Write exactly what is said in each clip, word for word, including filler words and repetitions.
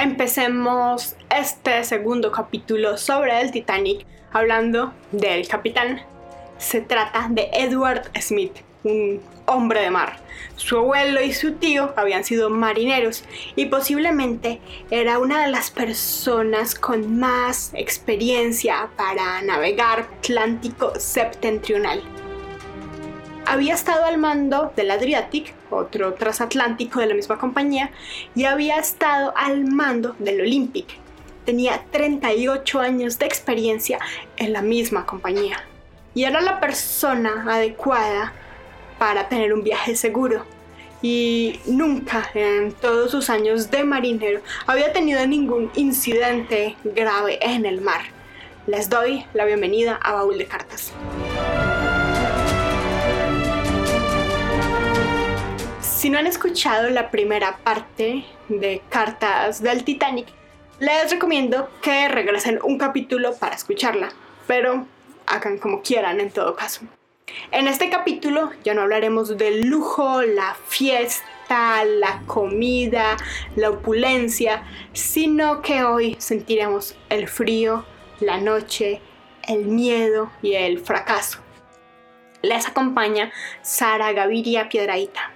Empecemos este segundo capítulo sobre el Titanic hablando del capitán. Se trata de Edward Smith, un hombre de mar. Su abuelo y su tío habían sido marineros y posiblemente era una de las personas con más experiencia para navegar Atlántico septentrional. Había estado al mando del Adriatic, otro transatlántico de la misma compañía, y había estado al mando del Olympic. Tenía treinta y ocho años de experiencia en la misma compañía. Y era la persona adecuada para tener un viaje seguro. Y nunca en todos sus años de marinero había tenido ningún incidente grave en el mar. Les doy la bienvenida a Baúl de Cartas. Si no han escuchado la primera parte de Cartas del Titanic, les recomiendo que regresen un capítulo para escucharla, pero hagan como quieran en todo caso. En este capítulo ya no hablaremos del lujo, la fiesta, la comida, la opulencia, sino que hoy sentiremos el frío, la noche, el miedo y el fracaso. Les acompaña Sara Gaviria Piedrahita.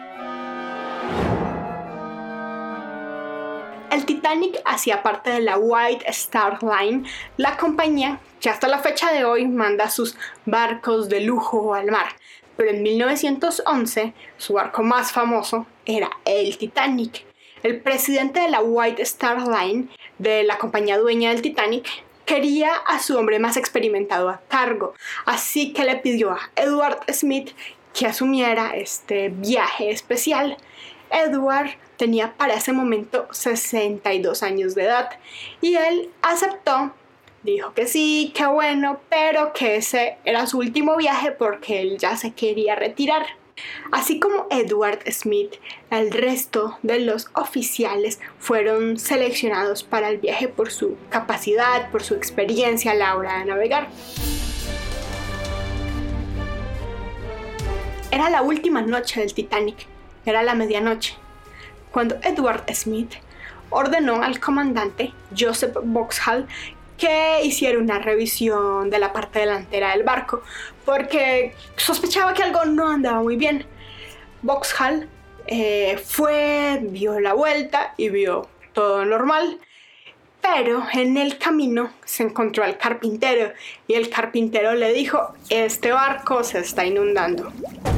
El Titanic hacía parte de la White Star Line, la compañía que hasta la fecha de hoy manda sus barcos de lujo al mar. Pero en mil novecientos once, su barco más famoso era el Titanic. El presidente de la White Star Line, de la compañía dueña del Titanic, quería a su hombre más experimentado a cargo, así que le pidió a Edward Smith que asumiera este viaje especial. Edward tenía para ese momento sesenta y dos años de edad y él aceptó, dijo que sí, que bueno, pero que ese era su último viaje porque él ya se quería retirar. Así como Edward Smith, el resto de los oficiales fueron seleccionados para el viaje por su capacidad, por su experiencia a la hora de navegar. Era la última noche del Titanic, era la medianoche, cuando Edward Smith ordenó al comandante Joseph Vauxhall que hiciera una revisión de la parte delantera del barco, porque sospechaba que algo no andaba muy bien. Vauxhall eh, fue, dio la vuelta y vio todo normal, pero en el camino se encontró al carpintero y el carpintero le dijo: este barco se está inundando.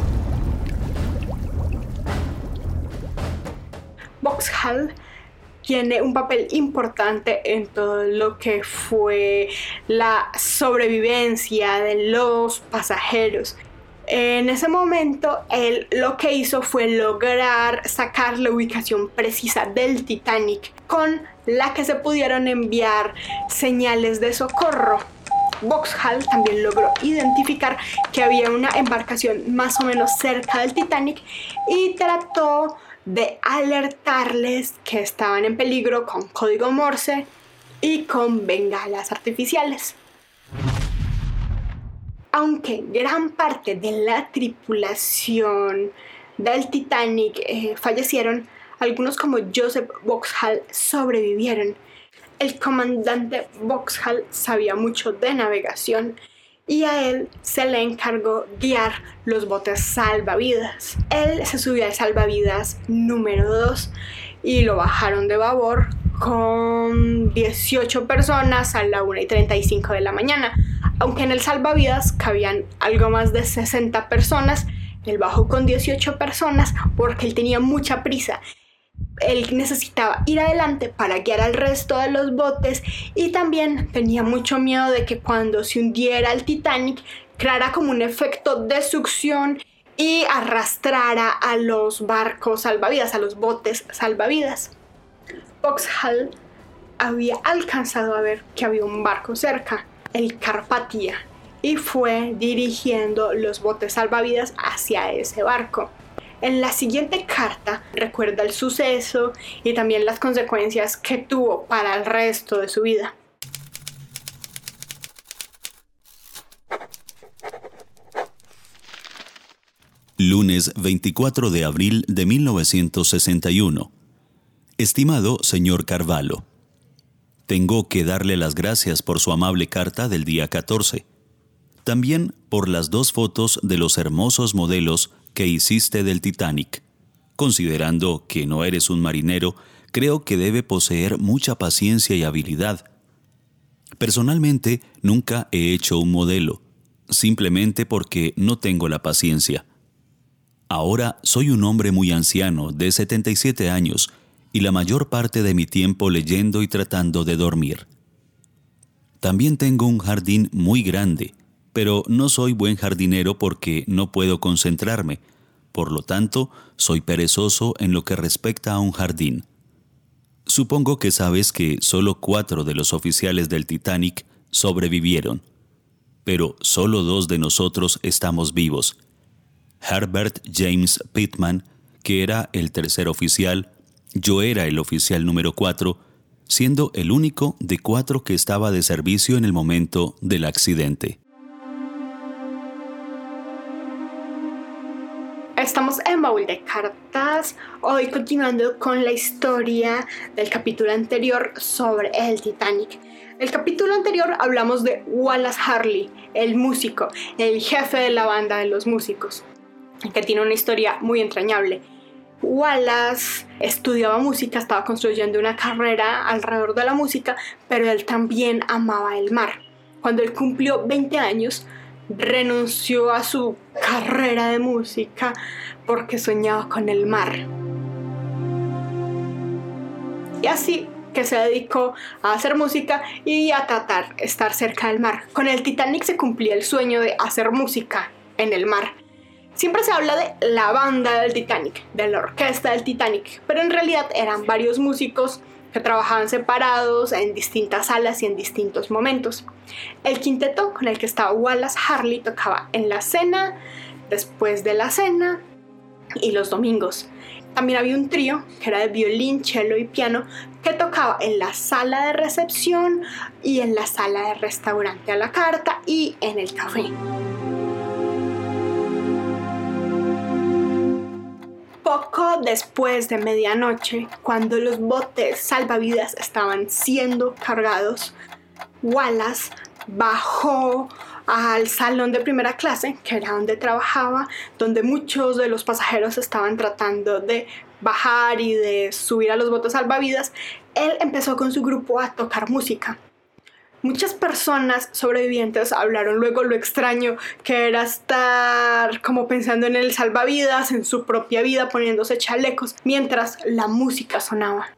Vauxhall tiene un papel importante en todo lo que fue la sobrevivencia de los pasajeros. En ese momento, él lo que hizo fue lograr sacar la ubicación precisa del Titanic, con la que se pudieron enviar señales de socorro. Vauxhall también logró identificar que había una embarcación más o menos cerca del Titanic y trató de alertarles que estaban en peligro con código Morse y con bengalas artificiales. Aunque gran parte de la tripulación del Titanic eh, fallecieron, algunos como Joseph Vauxhall sobrevivieron. El comandante Vauxhall sabía mucho de navegación y a él se le encargó guiar los botes salvavidas. Él se subió al salvavidas número dos y lo bajaron de babor con dieciocho personas a la una y treinta y cinco de la mañana. Aunque en el salvavidas cabían algo más de sesenta personas, él bajó con dieciocho personas porque él tenía mucha prisa. Él necesitaba ir adelante para guiar al resto de los botes y también tenía mucho miedo de que cuando se hundiera el Titanic creara como un efecto de succión y arrastrara a los barcos salvavidas, a los botes salvavidas. Vauxhall había alcanzado a ver que había un barco cerca, el Carpathia, y fue dirigiendo los botes salvavidas hacia ese barco. En la siguiente carta recuerda el suceso y también las consecuencias que tuvo para el resto de su vida. Lunes veinticuatro de abril de mil novecientos sesenta y uno. Estimado señor Carvalho, tengo que darle las gracias por su amable carta del día catorce. También por las dos fotos de los hermosos modelos que hiciste del Titanic. Considerando que no eres un marinero, creo que debe poseer mucha paciencia y habilidad. Personalmente, nunca he hecho un modelo, simplemente porque no tengo la paciencia. Ahora soy un hombre muy anciano, de setenta y siete años, y la mayor parte de mi tiempo leyendo y tratando de dormir. También tengo un jardín muy grande, pero no soy buen jardinero porque no puedo concentrarme. Por lo tanto, soy perezoso en lo que respecta a un jardín. Supongo que sabes que solo cuatro de los oficiales del Titanic sobrevivieron, pero solo dos de nosotros estamos vivos. Herbert James Pittman, que era el tercer oficial, yo era el oficial número cuatro, siendo el único de cuatro que estaba de servicio en el momento del accidente. Estamos en Baúl de Cartas, hoy continuando con la historia del capítulo anterior sobre el Titanic. El capítulo anterior hablamos de Wallace Harley, el músico, el jefe de la banda de los músicos, que tiene una historia muy entrañable. Wallace estudiaba música, estaba construyendo una carrera alrededor de la música, pero él también amaba el mar. Cuando él cumplió veinte años, renunció a su carrera de música porque soñaba con el mar. Y así que se dedicó a hacer música y a tratar de estar cerca del mar. Con el Titanic se cumplía el sueño de hacer música en el mar. Siempre se habla de la banda del Titanic, de la orquesta del Titanic, pero en realidad eran varios músicos que trabajaban separados en distintas salas y en distintos momentos. El quinteto con el que estaba Wallace Harley tocaba en la cena, después de la cena y los domingos. También había un trío que era de violín, cello y piano que tocaba en la sala de recepción y en la sala de restaurante a la carta y en el café. Poco después de medianoche, cuando los botes salvavidas estaban siendo cargados, Wallace bajó al salón de primera clase, que era donde trabajaba, donde muchos de los pasajeros estaban tratando de bajar y de subir a los botes salvavidas. Él empezó con su grupo a tocar música. Muchas personas sobrevivientes hablaron luego lo extraño que era estar como pensando en el salvavidas, en su propia vida, poniéndose chalecos, mientras la música sonaba.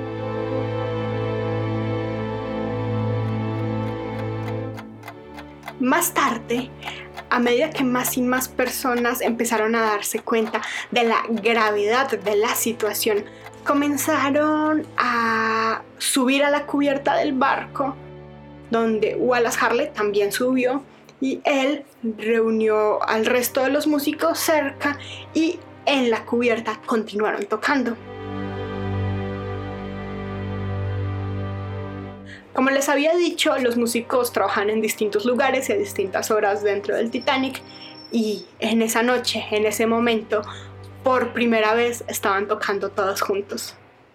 Más tarde, a medida que más y más personas empezaron a darse cuenta de la gravedad de la situación, comenzaron a subir a la cubierta del barco, donde Wallace Harley también subió, y él reunió al resto de los músicos cerca y en la cubierta continuaron tocando. Como les había dicho, los músicos trabajan en distintos lugares y a distintas horas dentro del Titanic, y en esa noche, en ese momento, por primera vez estaban tocando todos juntos.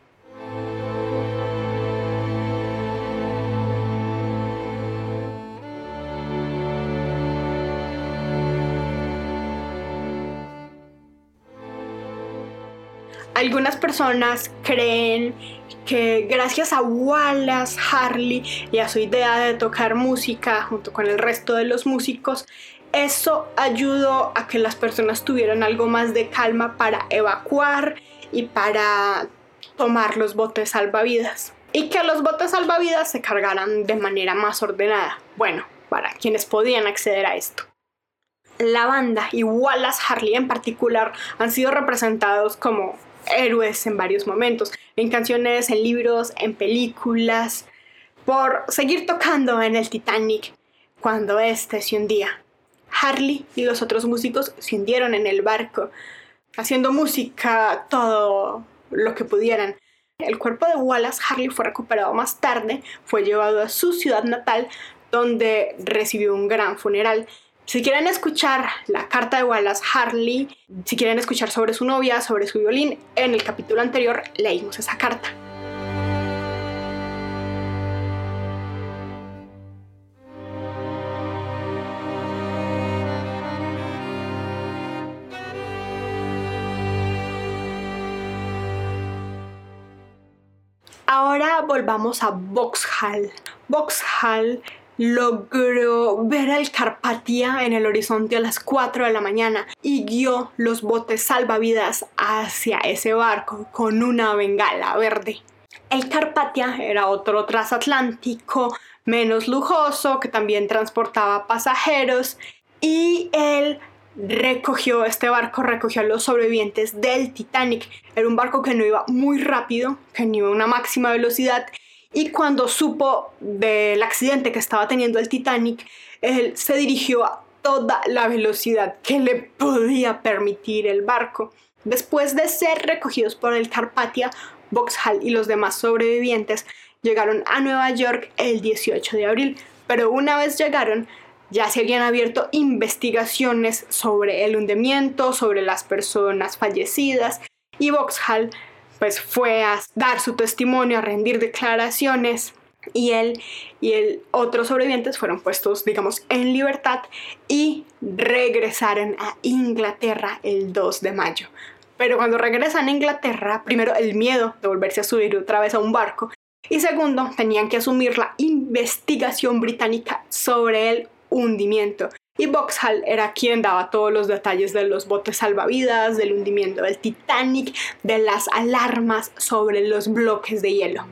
Algunas personas creen que gracias a Wallace Harley y a su idea de tocar música junto con el resto de los músicos, eso ayudó a que las personas tuvieran algo más de calma para evacuar y para tomar los botes salvavidas. Y que los botes salvavidas se cargaran de manera más ordenada. Bueno, para quienes podían acceder a esto. La banda y Wallace Harley en particular han sido representados como héroes en varios momentos, en canciones, en libros, en películas, por seguir tocando en el Titanic cuando este se hundía. Harley y los otros músicos se hundieron en el barco, haciendo música todo lo que pudieran. El cuerpo de Wallace Harley fue recuperado más tarde, fue llevado a su ciudad natal, donde recibió un gran funeral. Si quieren escuchar la carta de Wallace Hartley, si quieren escuchar sobre su novia, sobre su violín, en el capítulo anterior leímos esa carta. Ahora volvamos a Vauxhall. Vauxhall logró ver al Carpathia en el horizonte a las cuatro de la mañana y guió los botes salvavidas hacia ese barco con una bengala verde. El Carpathia era otro transatlántico menos lujoso que también transportaba pasajeros y él recogió, este barco recogió a los sobrevivientes del Titanic. Era un barco que no iba muy rápido, que no iba a una máxima velocidad, y cuando supo del accidente que estaba teniendo el Titanic, él se dirigió a toda la velocidad que le podía permitir el barco. Después de ser recogidos por el Carpathia, Vauxhall y los demás sobrevivientes llegaron a Nueva York el dieciocho de abril, pero una vez llegaron, ya se habían abierto investigaciones sobre el hundimiento, sobre las personas fallecidas, y Vauxhall pues fue a dar su testimonio, a rendir declaraciones, y él y el otros sobrevivientes fueron puestos, digamos, en libertad y regresaron a Inglaterra el dos de mayo. Pero cuando regresan a Inglaterra, primero el miedo de volverse a subir otra vez a un barco, y segundo, tenían que asumir la investigación británica sobre el hundimiento. Y Vauxhall era quien daba todos los detalles de los botes salvavidas, del hundimiento del Titanic, de las alarmas sobre los bloques de hielo.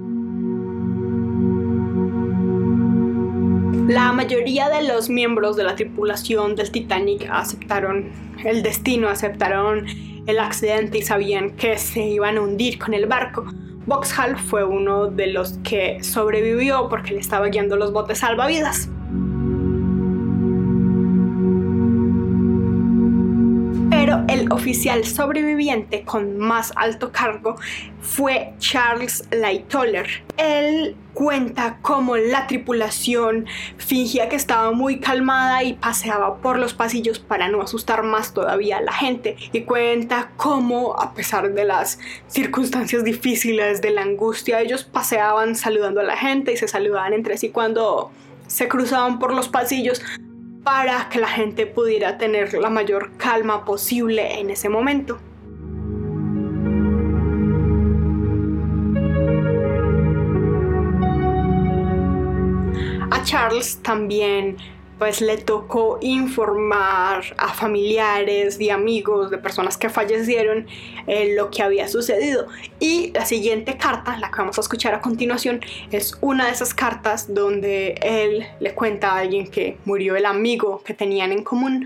La mayoría de los miembros de la tripulación del Titanic aceptaron el destino, aceptaron el accidente y sabían que se iban a hundir con el barco. Vauxhall fue uno de los que sobrevivió porque le estaba guiando los botes salvavidas. Pero el oficial sobreviviente con más alto cargo fue Charles Lightoller. Él cuenta cómo la tripulación fingía que estaba muy calmada y paseaba por los pasillos para no asustar más todavía a la gente. Y cuenta cómo, a pesar de las circunstancias difíciles, de la angustia, ellos paseaban saludando a la gente y se saludaban entre sí cuando se cruzaban por los pasillos, para que la gente pudiera tener la mayor calma posible en ese momento. A Charles también pues le tocó informar a familiares y amigos de personas que fallecieron eh, lo que había sucedido. Y la siguiente carta, la que vamos a escuchar a continuación, es una de esas cartas donde él le cuenta a alguien que murió el amigo que tenían en común.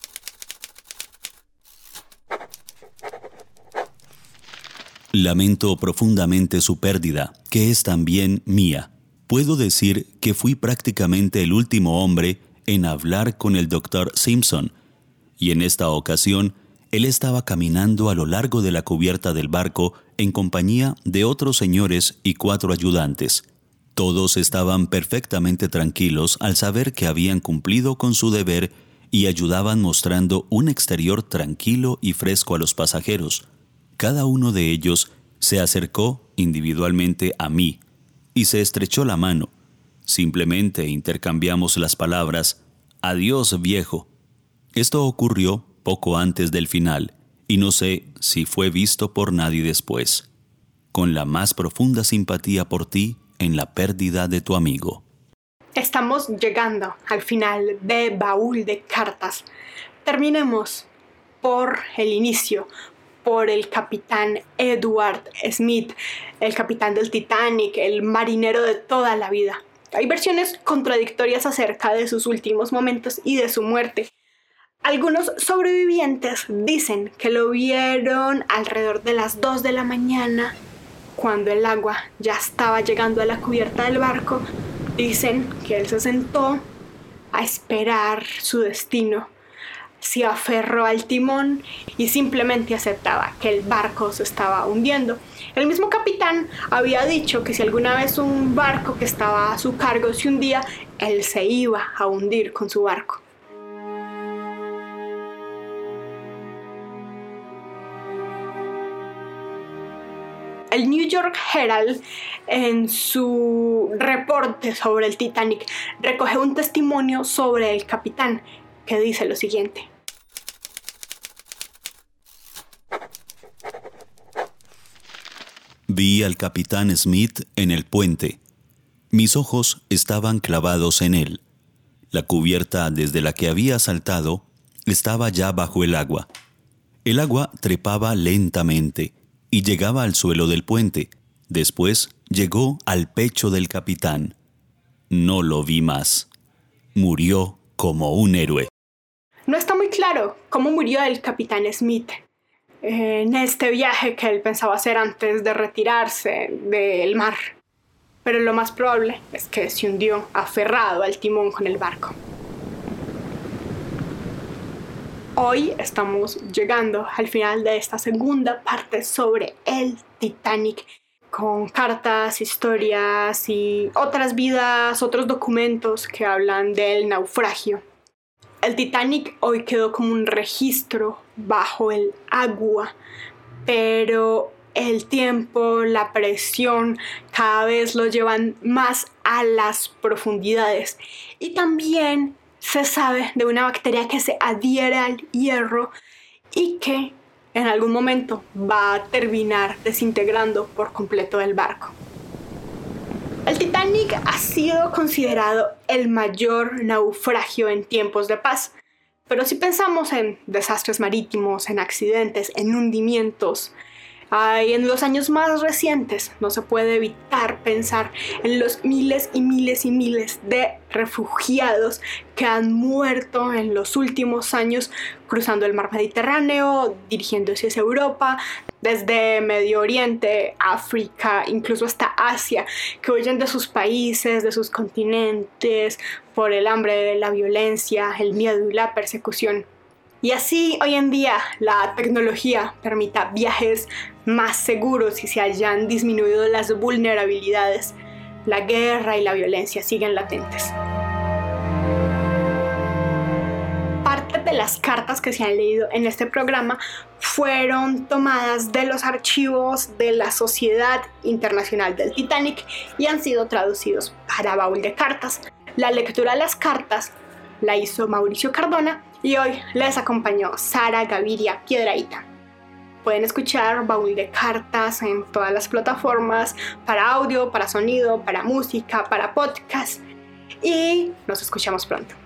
Lamento profundamente su pérdida, que es también mía. Puedo decir que fui prácticamente el último hombre en hablar con el doctor Simpson, y en esta ocasión él estaba caminando a lo largo de la cubierta del barco en compañía de otros señores y cuatro ayudantes. Todos estaban perfectamente tranquilos al saber que habían cumplido con su deber y ayudaban mostrando un exterior tranquilo y fresco a los pasajeros. Cada uno de ellos se acercó individualmente a mí y se estrechó la mano. Simplemente intercambiamos las palabras «Adiós, viejo». Esto ocurrió poco antes del final, y no sé si fue visto por nadie después. Con la más profunda simpatía por ti en la pérdida de tu amigo. Estamos llegando al final de Baúl de Cartas. Terminemos por el inicio, por el capitán Edward Smith, el capitán del Titanic, el marinero de toda la vida. Hay versiones contradictorias acerca de sus últimos momentos y de su muerte. Algunos sobrevivientes dicen que lo vieron alrededor de las dos de la mañana, cuando el agua ya estaba llegando a la cubierta del barco. Dicen que él se sentó a esperar su destino, se aferró al timón y simplemente aceptaba que el barco se estaba hundiendo. El mismo capitán había dicho que si alguna vez un barco que estaba a su cargo se hundía, él se iba a hundir con su barco. El New York Herald, en su reporte sobre el Titanic, recoge un testimonio sobre el capitán que dice lo siguiente. Vi al capitán Smith en el puente. Mis ojos estaban clavados en él. La cubierta desde la que había saltado estaba ya bajo el agua. El agua trepaba lentamente y llegaba al suelo del puente. Después llegó al pecho del capitán. No lo vi más. Murió como un héroe. No está muy claro cómo murió el capitán Smith en este viaje que él pensaba hacer antes de retirarse del mar. Pero lo más probable es que se hundió aferrado al timón con el barco. Hoy estamos llegando al final de esta segunda parte sobre el Titanic, con cartas, historias y otras vidas, otros documentos que hablan del naufragio. El Titanic hoy quedó como un registro bajo el agua, pero el tiempo, la presión cada vez lo llevan más a las profundidades. Y también se sabe de una bacteria que se adhiere al hierro y que en algún momento va a terminar desintegrando por completo el barco. El Titanic ha sido considerado el mayor naufragio en tiempos de paz, pero si pensamos en desastres marítimos, en accidentes, en hundimientos, Ay, en los años más recientes no se puede evitar pensar en los miles y miles y miles de refugiados que han muerto en los últimos años cruzando el mar Mediterráneo, dirigiéndose hacia Europa, desde Medio Oriente, África, incluso hasta Asia, que huyen de sus países, de sus continentes, por el hambre, la violencia, el miedo y la persecución. Y así hoy en día la tecnología permita viajes más seguros y se hayan disminuido las vulnerabilidades, la guerra y la violencia siguen latentes. Parte de las cartas que se han leído en este programa fueron tomadas de los archivos de la Sociedad Internacional del Titanic y han sido traducidos para Baúl de Cartas. La lectura de las cartas la hizo Mauricio Cardona y hoy les acompañó Sara Gaviria Piedrahita. Pueden escuchar Baúl de Cartas en todas las plataformas para audio, para sonido, para música, para podcast y nos escuchamos pronto.